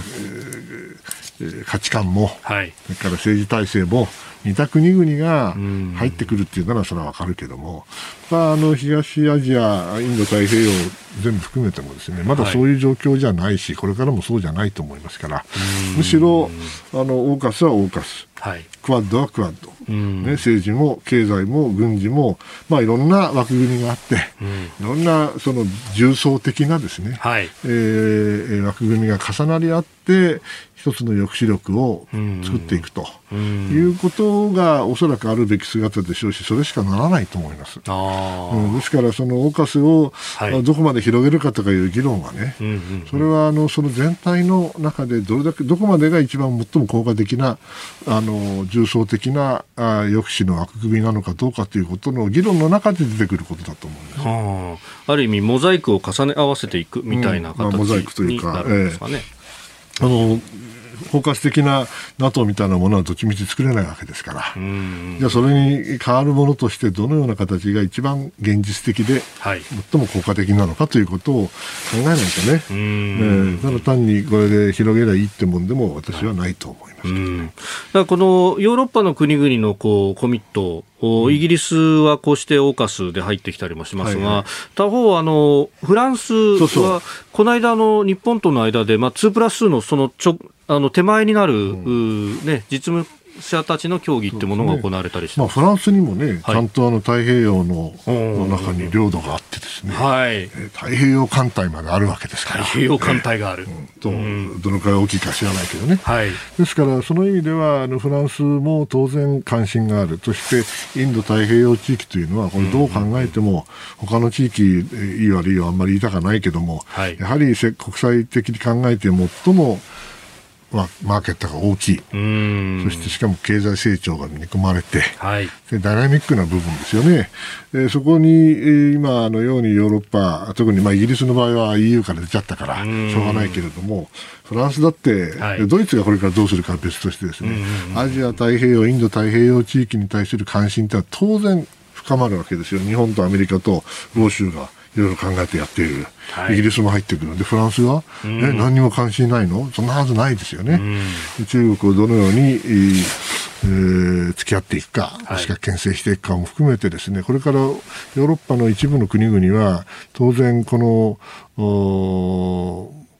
価値観も、はい、それから政治体制も似た国々が入ってくるっていうならそれはわかるけども、東アジア、インド太平洋全部含めてもですね、まだそういう状況じゃないし、これからもそうじゃないと思いますから、むしろオーカスはオーカス、はい、クアッドはクアッド、政治も経済も軍事も、いろんな枠組みがあって、いろんなその重層的なですね、はい、枠組みが重なり合って一つの抑止力を作っていくということがおそらくあるべき姿でしょうし、それしかならないと思います。ですからそのオーカスをどこまで広げるかとかいう議論はね、それはその全体の中でどこまでが一番最も効果的な重層的な抑止の枠組みなのかどうかということの議論の中で出てくることだと思うんです。
ある意味モザイクを重ね合わせていくみたいな形になるんですかね。
包括的な NATO みたいなものはどっちみち作れないわけですから、じゃあそれに代わるものとしてどのような形が一番現実的で、はい、最も効果的なのかということを考えないとね、ただ単にこれで広げればいいってもんでも私はないと思いますけどね。
だからこのヨーロッパの国々のコミット、イギリスはこうしてオーカスで入ってきたりもしますが、他方フランスはこの間日本との間で、2+2 のその手前になる、実務者たちの協議ってものが行われたりして、
フランスにもね、ちゃんと太平洋の中に領土があってですね、太平洋艦隊まであるわけですから、
太平洋艦隊がある、
どのくらい大きいか知らないけどね、ですからその意味ではフランスも当然関心がある。そしてインド太平洋地域というのはこれどう考えても他の地域いい悪いはあんまり言いたくないけども、やはり国際的に考えて最もマーケットが大きい。そしてしかも経済成長が見込まれて、でダイナミックな部分ですよね。そこに今のようにヨーロッパ、特にイギリスの場合は EU から出ちゃったからしょうがないけれども、フランスだって、ドイツがこれからどうするかは別としてですね、アジア太平洋、インド太平洋地域に対する関心というのは当然深まるわけですよ。日本とアメリカと欧州がいろいろ考えてやっている、イギリスも入ってくるので、フランスは、何にも関心ないの？そんなはずないですよね。中国をどのように、付き合っていくか、もしくは牽制していくかも含めてですね、これからヨーロッパの一部の国々は当然この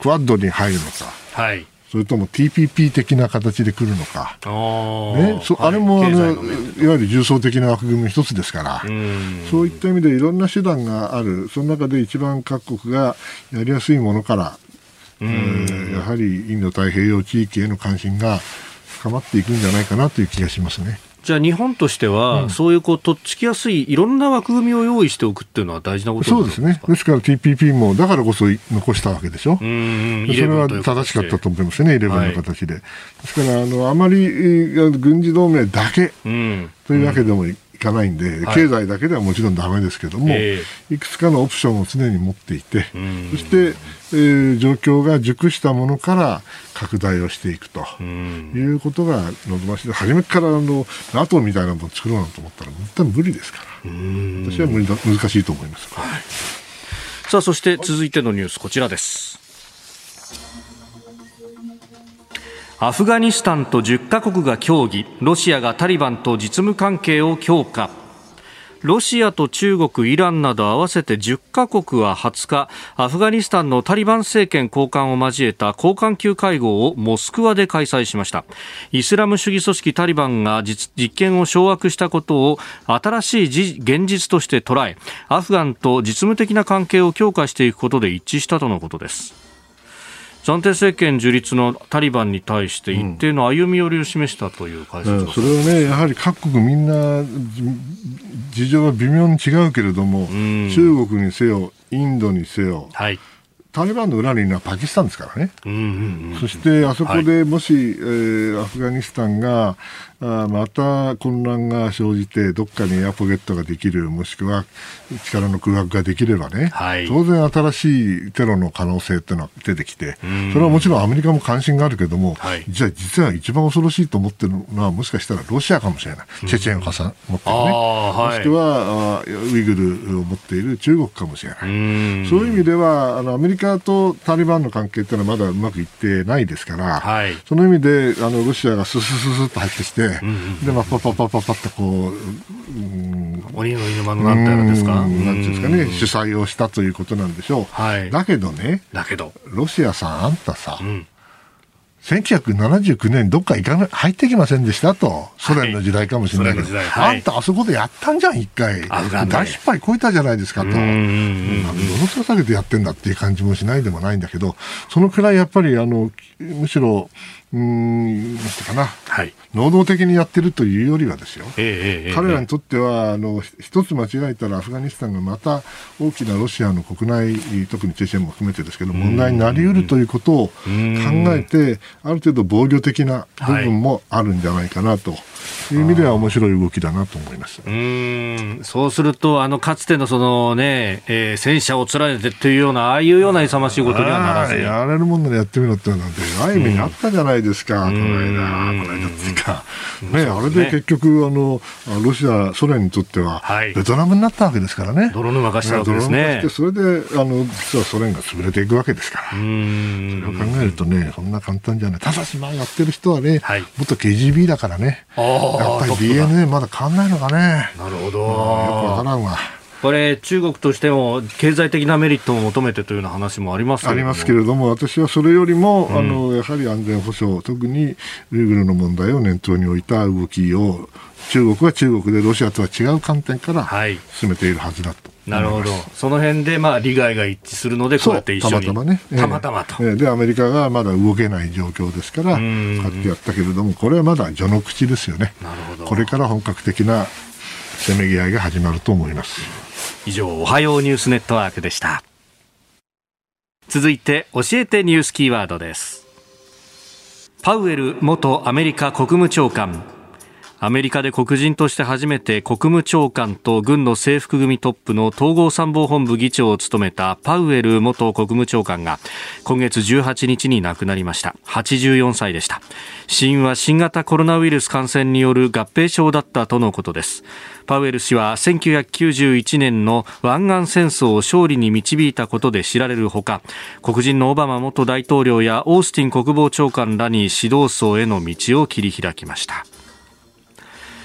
クアッドに入るのか、
はい、
それとも TPP 的な形で来るのか、あれもいわゆる重層的な枠組みの一つですから、そういった意味でいろんな手段がある。その中で一番各国がやりやすいものから、やはりインド太平洋地域への関心が深まっていくんじゃないかなという気がしますね。
じゃあ日本としては、そういうとっつきやすいいろんな枠組みを用意しておくっていうのは大事なことなんですか？
そうですね。ですから TPP もだからこそ残したわけでしょ。それは正しかったと思いますね、11の形で。ですからあまり軍事同盟だけというわけでもいかないんで、経済だけではもちろんダメですけども、いくつかのオプションを常に持っていて、そして、状況が熟したものから拡大をしていくということが望ましい。初めからNATO みたいなものを作ろうなんて思ったら全く無理ですから、私は難しいと思います。
さあ、そして続いてのニュースこちらです。アフガニスタンと10カ国が協議。ロシアがタリバンと実務関係を強化。ロシアと中国、イランなど合わせて10カ国は20日、アフガニスタンのタリバン政権高官を交えた高官級会合をモスクワで開催しました。イスラム主義組織タリバンが実権を掌握したことを新しい現実として捉え、アフガンと実務的な関係を強化していくことで一致したとのことです。暫定政権樹立のタリバンに対して一定の歩み寄りを示したという解説、
それはね、やはり各国みんな事情は微妙に違うけれども、中国にせよインドにせよ、タリバンの裏にいるのはパキスタンですからね。そしてあそこでもし、アフガニスタンがまた混乱が生じてどっかにエアポケットができる、もしくは力の空白ができればね、当然新しいテロの可能性っていうのは出てきて、それはもちろんアメリカも関心があるけども、じゃあ実は一番恐ろしいと思ってるのはもしかしたらロシアかもしれない。チェチェンを持ってるね、もしくはウイグルを持っている中国かもしれない。そういう意味ではアメリカとタリバンの関係っていうのはまだうまくいってないですから、その意味でロシアがススススッと入ってきて、でパッパッとこう、
鬼の犬間のなんてあるんですか、
なんていうんですかね、主催をしたということなんでしょう。だけどね、ロシアさん、あんたさ、1979年どっか入ってきませんでしたと、ソ連の時代かもしれないけど、あんたあそこでやったんじゃん、一回大失敗こいたじゃないですかと、どのつか下げてやってんだっていう感じもしないでもないんだけど、そのくらいやっぱりむしろなんていうかな、能動的にやってるというよりはですよ、彼らにとっては一つ間違えたらアフガニスタンがまた大きなロシアの国内、特にチェチェンも含めてですけど問題になり得るということを考えて、ある程度防御的な部分もあるんじゃないかなという意味では面白い動きだなと思います。
そうするとかつてのそのね、戦車を連ねてというようなああいうような勇ましいことにはならず、
やれるもんならやってみろってなんてああいう目にあったじゃないですか、この間っていうか、あれで結局ロシア、ソ連にとってはベトナムになったわけですからね。
泥沼化したわけですね。
それで実はソ連が潰れていくわけですから、それを考えるとね、そんな簡単じゃない。ただしやってる人はね、元 KGB だからね、やっぱり DNA まだ変わんないのかね。
なるほど、
よくわからんわ。
これ中国としても経済的なメリットを求めてというような話もあります
けれども、私はそれよりも、やはり安全保障、特にウイグルの問題を念頭に置いた動きを中国は中国でロシアとは違う観点から進めているはずだと。
なるほど。その辺で利害が一致するのでこうやって一緒にたまたまと、
でアメリカがまだ動けない状況ですからこうやってやったけれども、これはまだ序の口ですよね。
なるほど。
これから本格的なせめぎ合いが始まると思います。
以上、おはようニュースネットワークでした。続いて教えてニュースキーワードです。パウエル元アメリカ国務長官。アメリカで黒人として初めて国務長官と軍の制服組トップの統合参謀本部議長を務めたパウエル元国務長官が今月18日に亡くなりました。84歳でした。死因は新型コロナウイルス感染による合併症だったとのことです。パウエル氏は1991年の湾岸戦争を勝利に導いたことで知られるほか、黒人のオバマ元大統領やオースティン国防長官らに指導層への道を切り開きました。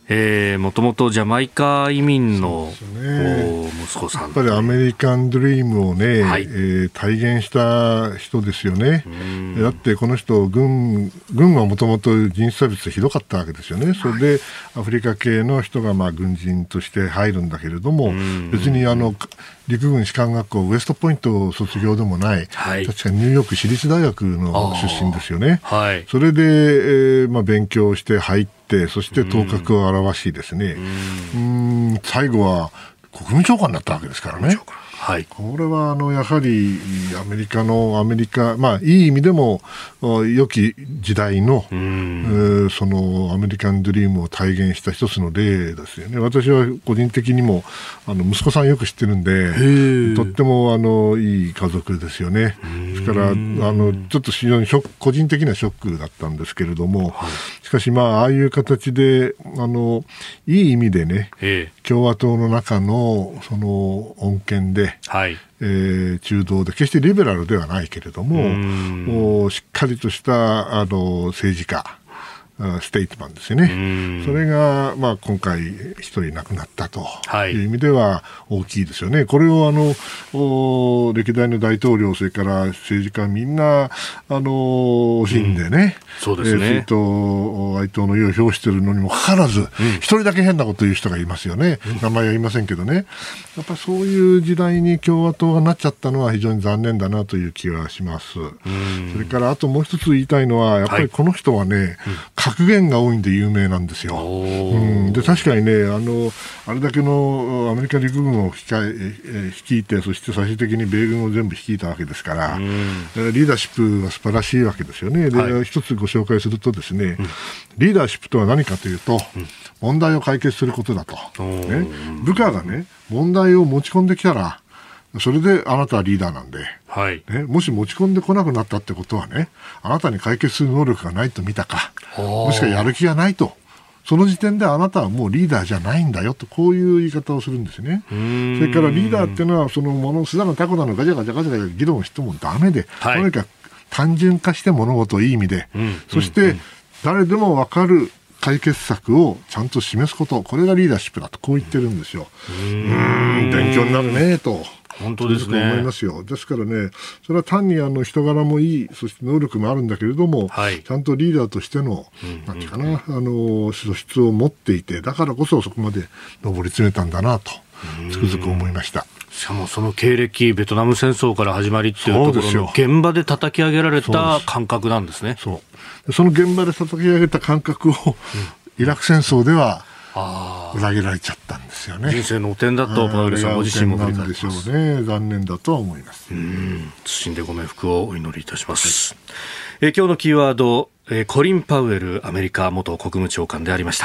もともとジャマイカ移民の息子さん、
やっぱりアメリカンドリームをね、はい、体現した人ですよね。だってこの人軍はもともと人種差別ひどかったわけですよね。それでアフリカ系の人が軍人として入るんだけれども、別に陸軍士官学校ウエストポイント卒業でもない、はい、確かニューヨーク市立大学の出身ですよね。はい、それで、勉強して入って、そして頭角を現しですね、最後は国務長官になったわけですからね。はい、これはやはりアメリカ、いい意味でも良き時代の、そのアメリカンドリームを体現した一つの例ですよね。私は個人的にも息子さんよく知ってるんで、とってもいい家族ですよね。ですからちょっと非常に個人的なショックだったんですけれども、はい、しかしああいう形でいい意味でね、共和党の中のその穏健で、はい、中道で決してリベラルではないけれども、しっかりとした政治家ステイトマンですよね。それが、今回一人亡くなったという意味では大きいですよね。これを歴代の大統領、それから政治家みんな惜しんでね、そうですね、哀悼の意を表しているのにもかかわらず、一人だけ変なことを言う人がいますよね。名前は言いませんけどね。やっぱりそういう時代に共和党がなっちゃったのは非常に残念だなという気がします。それからあともう一つ言いたいのは、やっぱりこの人はね、格言が多いんで有名なんですよ。で確かにね、あれだけのアメリカ陸軍を率いて、そして最終的に米軍を全部率いたわけですから、リーダーシップは素晴らしいわけですよね。で、一つご紹介するとですね、リーダーシップとは何かというと、問題を解決することだと、ね、部下がね問題を持ち込んできたら、それであなたはリーダーなんで、はいね、もし持ち込んでこなくなったってことはね、あなたに解決する能力がないと見たか、もしくはやる気がないと、その時点であなたはもうリーダーじゃないんだよと、こういう言い方をするんですね。それからリーダーっていうのは、そのものすだのタコなのガチャガチャガチャ議論してもダメで、とにかく単純化して物事をいい意味で、そして誰でも分かる解決策をちゃんと示すこと、これがリーダーシップだと、こう言ってるんですよ。勉強になるねと。本当ですね。思いますよ。ですからね、それは単に人柄もいい、そして能力もあるんだけれども、はい、ちゃんとリーダーとしての、なんていうかな、素質を持っていて、だからこそそこまで上り詰めたんだなと、つくづく思いました。
しかもその経歴、ベトナム戦争から始まりっていうところの現場で叩き上げられた感覚なんですね。
その現場で叩き上げた感覚を、イラク戦争では裏切られちゃったんですよね。
人生の汚点だとパウエルさんご自身も振り返ってます。
残念だとは思います。
謹んでご冥福をお祈りいたします。今日のキーワード、コリン・パウエルアメリカ元国務長官でありました。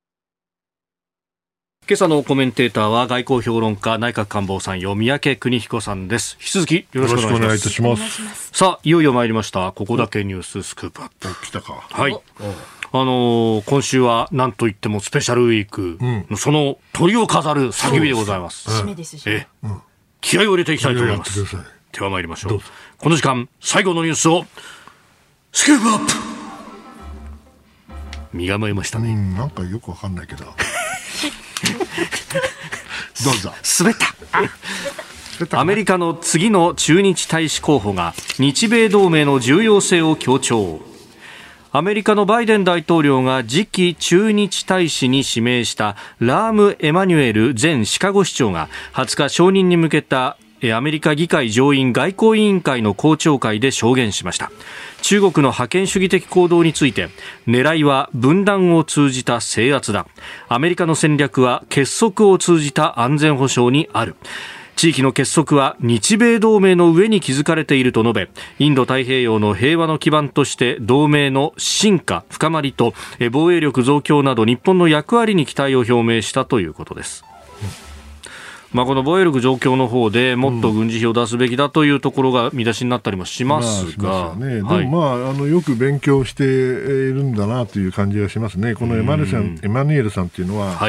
今朝のコメンテーターは外交評論家内閣官房参与三宅邦彦さんです。引き続きよろしくお願いいたします。さあ、いよいよ参りました。ここだけニューススクープアップ。
来たか。
はい。今週は何といってもスペシャルウィークのその鳥を飾る叫びでございます。
締めですし、
気合を入れていきたいと思います。では参りましょう。この時間最後のニュースをスクープアップ。身構えましたね。
なんかよくわかんないけどどうぞ。
滑った。アメリカの次の駐日大使候補が日米同盟の重要性を強調。アメリカのバイデン大統領が次期駐日大使に指名したラーム・エマニュエル前シカゴ市長が20日承認に向けたアメリカ議会上院外交委員会の公聴会で証言しました。中国の覇権主義的行動について、狙いは分断を通じた制圧だ。アメリカの戦略は結束を通じた安全保障にある。地域の結束は日米同盟の上に築かれていると述べ、インド太平洋の平和の基盤として同盟の深化、深まりと防衛力増強など日本の役割に期待を表明したということです。この防衛力増強の方でもっと軍事費を出すべきだというところが見出しになったりもしますが、
でもよく勉強しているんだなという感じがしますね。このエマニュエルさんというのは、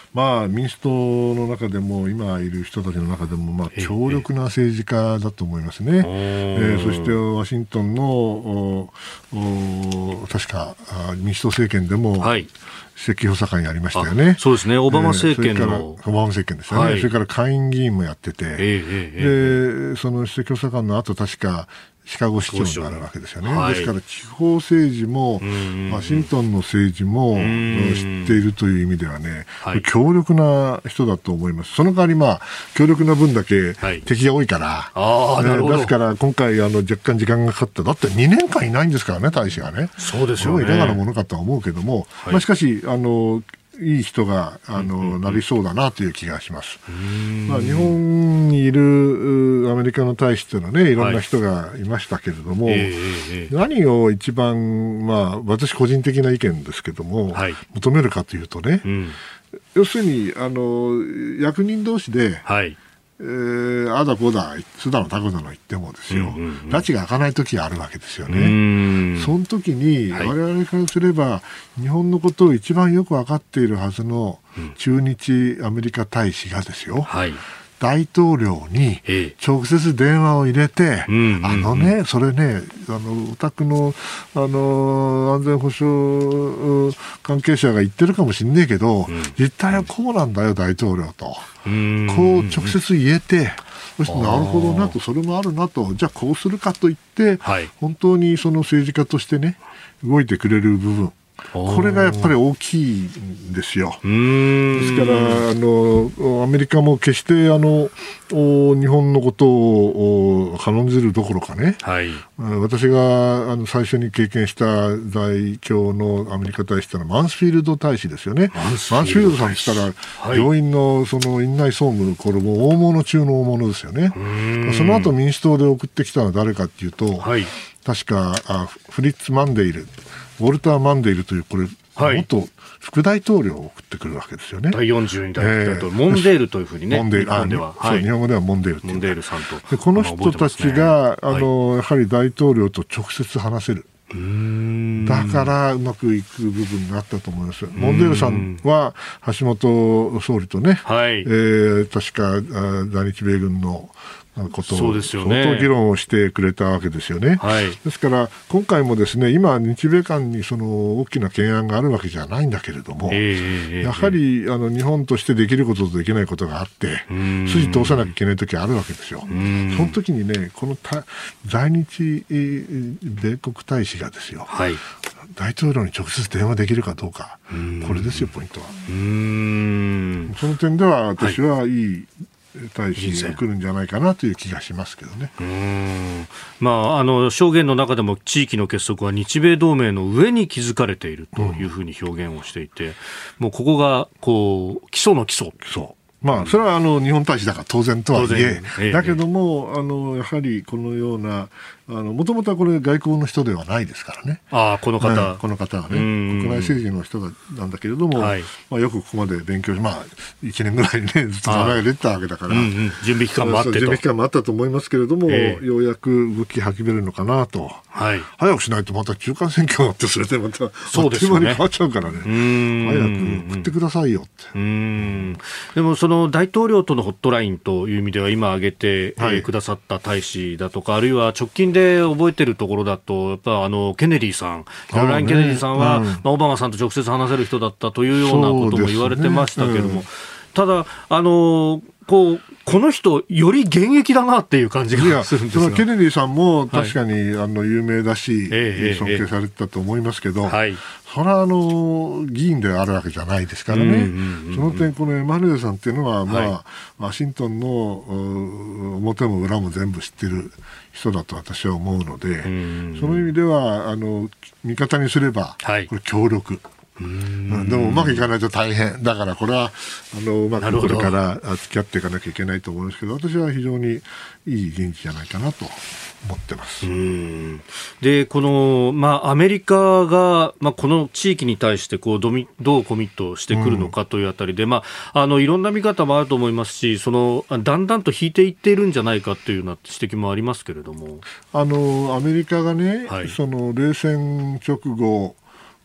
まあ、民主党の中でも今いる人たちの中でも、まあ、強力な政治家だと思いますね。そしてワシントンの確か民主党政権でも、はい、首席補佐官やりましたよね。
そうですね、オバマ政権の、
オバマ政権ですよね、はい、それから下院議員もやってて、でその首席補佐官の後確かシカゴ市長になるわけですよね、はい、ですから地方政治もワシントンの政治も知っているという意味ではね、はい、強力な人だと思います。その代わり、まあ、強力な分だけ敵が多いから、はい、ですから今回若干時間がかかった。だって2年間いないんですからね、大使がね。
そうですよね。
いかがなものかとは思うけども、はい、まあ、しかしいい人がなりそうだなという気がします。まあ、日本にいるアメリカの大使というのはね、いろんな人がいましたけれども、はい、何を一番、まあ、私個人的な意見ですけども、はい、求めるかというとね、要するに役人同士で、はい、あだこだすだのたこだの言ってもですよ、拉致が開かない時があるわけですよね。その時に我々からすれば、日本のことを一番よく分かっているはずの駐日アメリカ大使がですよ、はい、大統領に直接電話を入れて、それね、お宅の、安全保障関係者が言ってるかもしれないけど、実態はこうなんだよ、大統領と。こう直接言えて、そしてなるほどなと、それもあるなと、じゃあこうするかと言って、はい、本当にその政治家としてね、動いてくれる部分。これがやっぱり大きいんですよ。ですからアメリカも決して日本のことを軽んじるどころかね、はい、私が最初に経験した在京のアメリカ大使というのはマンスフィールド大使ですよね。マンスフィールドさんとしたら、はい、病院のその院内総務、これも大物中の大物ですよね。その後民主党で送ってきたのは誰かというと、はい、確かフリッツ・マンデイル、ウォルター・マンデイルという、これ、はい、元副大統領を送ってくるわけですよね。
第42代大統領、モンデールというふうにね、日本では、
はい、日本語ではモンデールっていう。
モンデールさんと。
でこの人たちが、やはり大統領と直接話せる。だからうまくいく部分があったと思います。モンデールさんは橋本総理とね、はい、確か在日米軍のことを相当議論をしてくれたわけですよね。はい、ですから今回もですね、今日米間にその大きな懸案があるわけじゃないんだけれども、やはり日本としてできることとできないことがあって筋通さなきゃいけない時あるわけですよ。その時にね、この在日米国大使がですよ、はい、大統領に直接電話できるかどうか、これですよポイントは。その点では私はいい大使が来るんじゃないかなという気がしますけどね。
まあ、証言の中でも地域の結束は日米同盟の上に築かれているというふうに表現をしていて、もうここがこう基礎の基礎。
まあ、それは日本大使だから当然とはいえ、だけどもやはりこのようなもともとはこれ外交の人ではないですからね。
この方、
この方はね、国内政治の人なんだけれども、はい、まあ、よくここまで勉強し、まあ、1年ぐらいね、ずっと名前が出てたわけだから、
準備期間もあってと。
準備期間もあったと思いますけれども、ようやく動き始めるのかなと。はい、早くしないとまた中間選挙があって、それでまた、あっという間に変わっちゃうからね。早く送ってくださいよって。
でも、その大統領とのホットラインという意味では、今挙げて、くださった大使だとか、あるいは直近で覚えてるところだと、やっぱケネディさん、キャロライン・ケネディさんは、オバマさんと直接話せる人だったというようなことも言われてましたけれども、ただ、この人、より現役だなっていう感じがするんですが。
ケネディさんも確かに、有名だし、尊敬されてたと思いますけど、それは議員であるわけじゃないですからね。その点、このエマニュエルさんっていうのは、まあ、ワシントンの表も裏も全部知ってる人だと私は思うので、その意味では味方にすれば、これ強力。でもうまくいかないと大変だから、これはうまくこれから付き合っていかなきゃいけないと思うんですけど、私は非常にいい現地じゃないかなと思ってます。
で、この、アメリカが、この地域に対してどうコミットしてくるのかというあたりで、いろんな見方もあると思いますし、だんだんと引いていっているんじゃないかというような指摘もありますけれども、
アメリカがね、その冷戦直後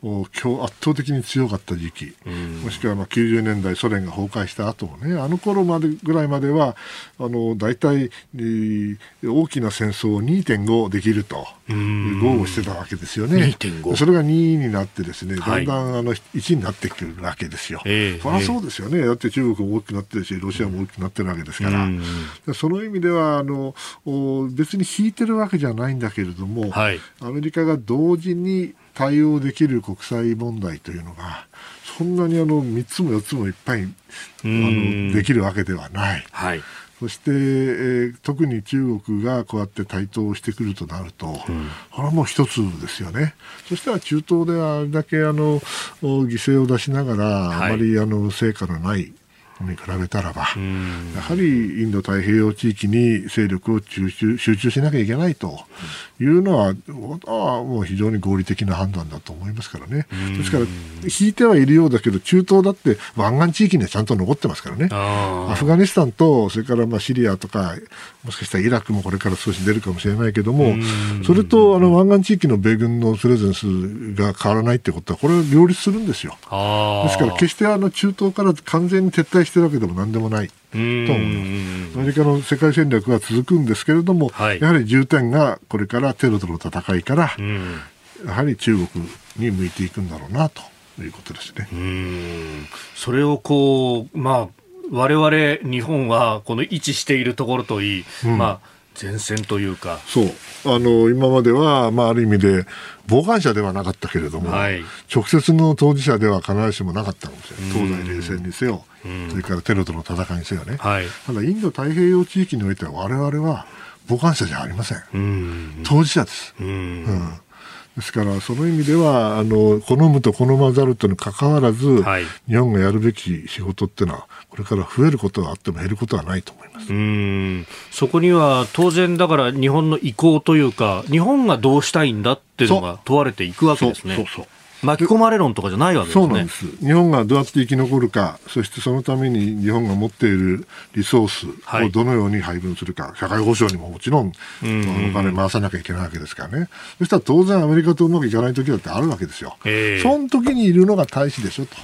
圧倒的に強かった時期、もしくは90年代ソ連が崩壊した後もね、あの頃までぐらいまでは大体、大きな戦争を 2.5 できると豪語してたわけですよね。それが2になってですね、だんだん1になってくるわけですよ。そりゃそうですよね。だって中国も大きくなってるしロシアも大きくなってるわけですから、その意味では別に引いてるわけじゃないんだけれども、アメリカが同時に対応できる国際問題というのがそんなに3つも4つもいっぱいできるわけではない。そして、特に中国がこうやって台頭してくるとなると、これはもう一つですよね。そしたら中東ではあれだけ犠牲を出しながら、あまり成果のないに比べたらば、やはりインド太平洋地域に勢力を集中しなきゃいけないというのは、もう非常に合理的な判断だと思いますからね。ですから引いてはいるようだけど、中東だって湾岸地域にはちゃんと残ってますからね。アフガニスタンとそれからシリアとか、もしかしたらイラクもこれから少し出るかもしれないけども、それと湾岸地域の米軍のプレゼンスが変わらないってことは、これを両立するんですよ。ですから決して中東から完全に撤退してるわけでも何でもないと思います。アメリカの世界戦略は続くんですけれども、やはり重点がこれからテロとの戦いから、やはり中国に向いていくんだろうなということですね。
それを我々日本はこの位置しているところといい、前線というか、
そう今までは、ある意味で傍観者ではなかったけれども、直接の当事者では必ずしもなかったかもしれない。東西冷戦にせよ、それからテロとの戦いにせよね。ただインド太平洋地域においては我々は傍観者じゃありません。当事者です。ですからその意味では好むと好まざるとにかかわらず、日本がやるべき仕事っていうのはこれから増えることがあっても減ることはないと思います。
そこには当然だから日本の意向というか、日本がどうしたいんだっていうのが問われていくわけですね。巻き込まれ論とかじゃないわけですね。
そうなんです。日本がどうやって生き残るか、そしてそのために日本が持っているリソースをどのように配分するか、社会保障にももちろんお金回さなきゃいけないわけですからね。そしたら当然アメリカとうまくいかない時だってあるわけですよ。その時にいるのが大使でしょと。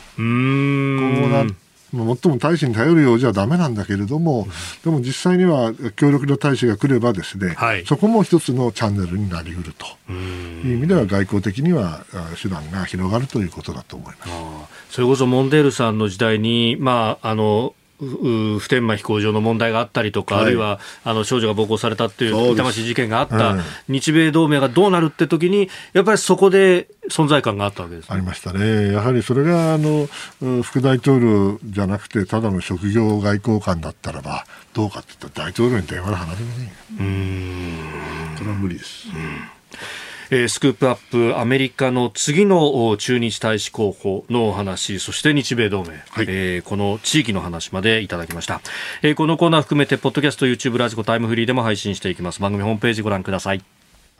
もっとも大使に頼るようじゃダメなんだけれども、でも実際には強力な大使が来ればですね、そこも一つのチャンネルになりうるという意味では、外交的には手段が広がるということだと思います。
それこそモンデールさんの時代に、普天間飛行場の問題があったりとか、あるいは少女が暴行されたっていう痛ましい事件があった、日米同盟がどうなるって時にやっぱりそこで存在感があったわけです、
ありましたね。やはりそれが副大統領じゃなくてただの職業外交官だったらばどうかって言ったら大統領に電話で話せませんよ。それは無理です。
スクープアップ、アメリカの次の駐日大使候補のお話、そして日米同盟、この地域の話までいただきました。このコーナー含めてポッドキャスト、YouTube、ラジコ、タイムフリーでも配信していきます。番組ホームページご覧ください。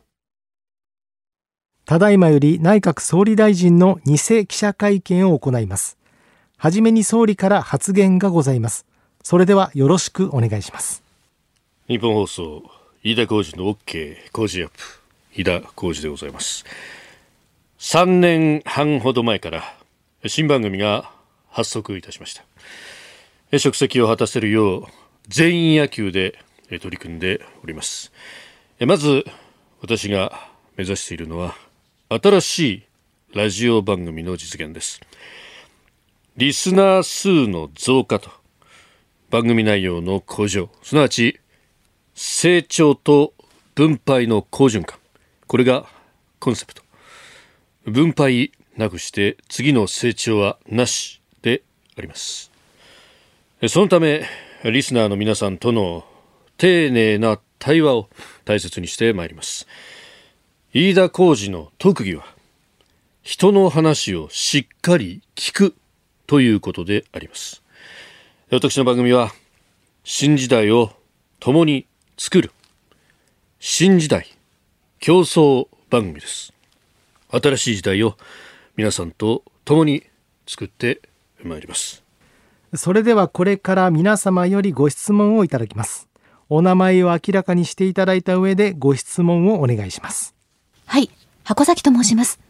ただいまより内閣総理大臣の偽記者会見を行います。はじめに総理から発言がございます。それではよろしくお願いします。
日本放送飯田浩司の OK 工事アップ、飯田浩司でございます。3年半ほど前から新番組が発足いたしました。職責を果たせるよう全員野球で取り組んでおります。まず私が目指しているのは新しいラジオ番組の実現です。リスナー数の増加と番組内容の向上、すなわち成長と分配の好循環、これがコンセプト。分配なくして次の成長はなしであります。そのためリスナーの皆さんとの丁寧な対話を大切にしてまいります。飯田浩司の特技は人の話をしっかり聞くということであります。私の番組は新時代を共に作る新時代競争番組です。新しい時代を皆さんと共に作ってまいります。
それではこれから皆様よりご質問をいただきます。お名前を明らかにしていただいた上でご質問をお願いします。
はい、箱崎と申します。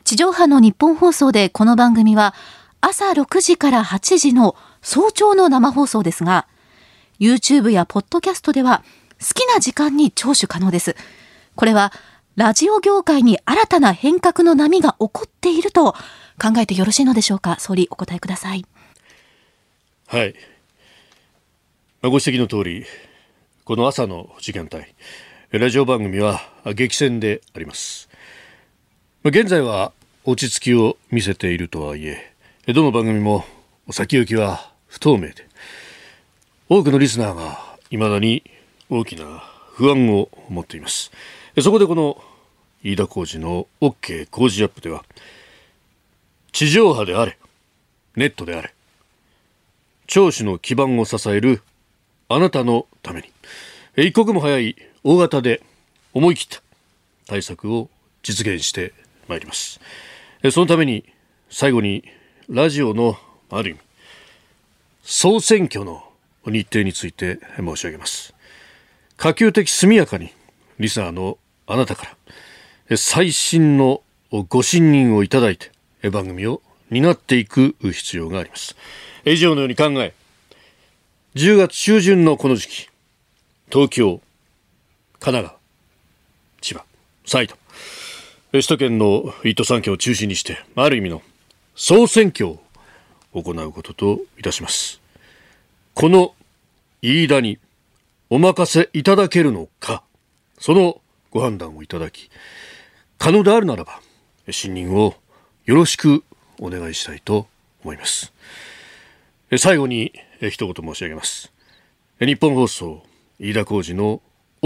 地上波の日本放送でこの番組は朝6時から8時の早朝の生放送ですが、 YouTube やポッドキャストでは好きな時間に聴取可能です。これはラジオ業界に新たな変革の波が起こっていると考えてよろしいのでしょうか。総理、お答えください。
はい、ご指摘の通り、この朝の時間帯、ラジオ番組は激戦であります。現在は落ち着きを見せているとはいえ、どの番組も先行きは不透明で、多くのリスナーが未だに大きな不安を持っています。そこでこの飯田浩司の OK 工事アップでは、地上波であれネットであれ、聴取の基盤を支えるあなたのために、一刻も早い大型で思い切った対策を実現してまいります。そのために最後にラジオのある意味総選挙の日程について申し上げます。可及的速やかにリスナーのあなたから最新のご信任をいただいて番組を担っていく必要があります。以上のように考え、10月中旬のこの時期、東京、神奈川、千葉、埼玉、首都圏の1都3県を中心にして、ある意味の総選挙を行うことといたします。この飯田にお任せいただけるのか、そのご判断をいただき、可能であるならば信任をよろしくお願いしたいと思います。最後に一言申し上げます。日本放送飯田浩司の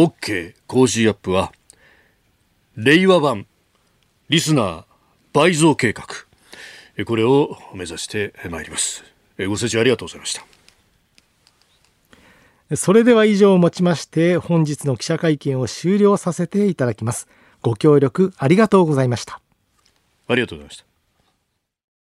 OK 工事アップは、令和版リスナー倍増計画、これを目指してまいります。ご清聴ありがとうございました。
それでは以上をもちまして本日の記者会見を終了させていただきます。ご協力ありがとうございました。
ありがとうございました。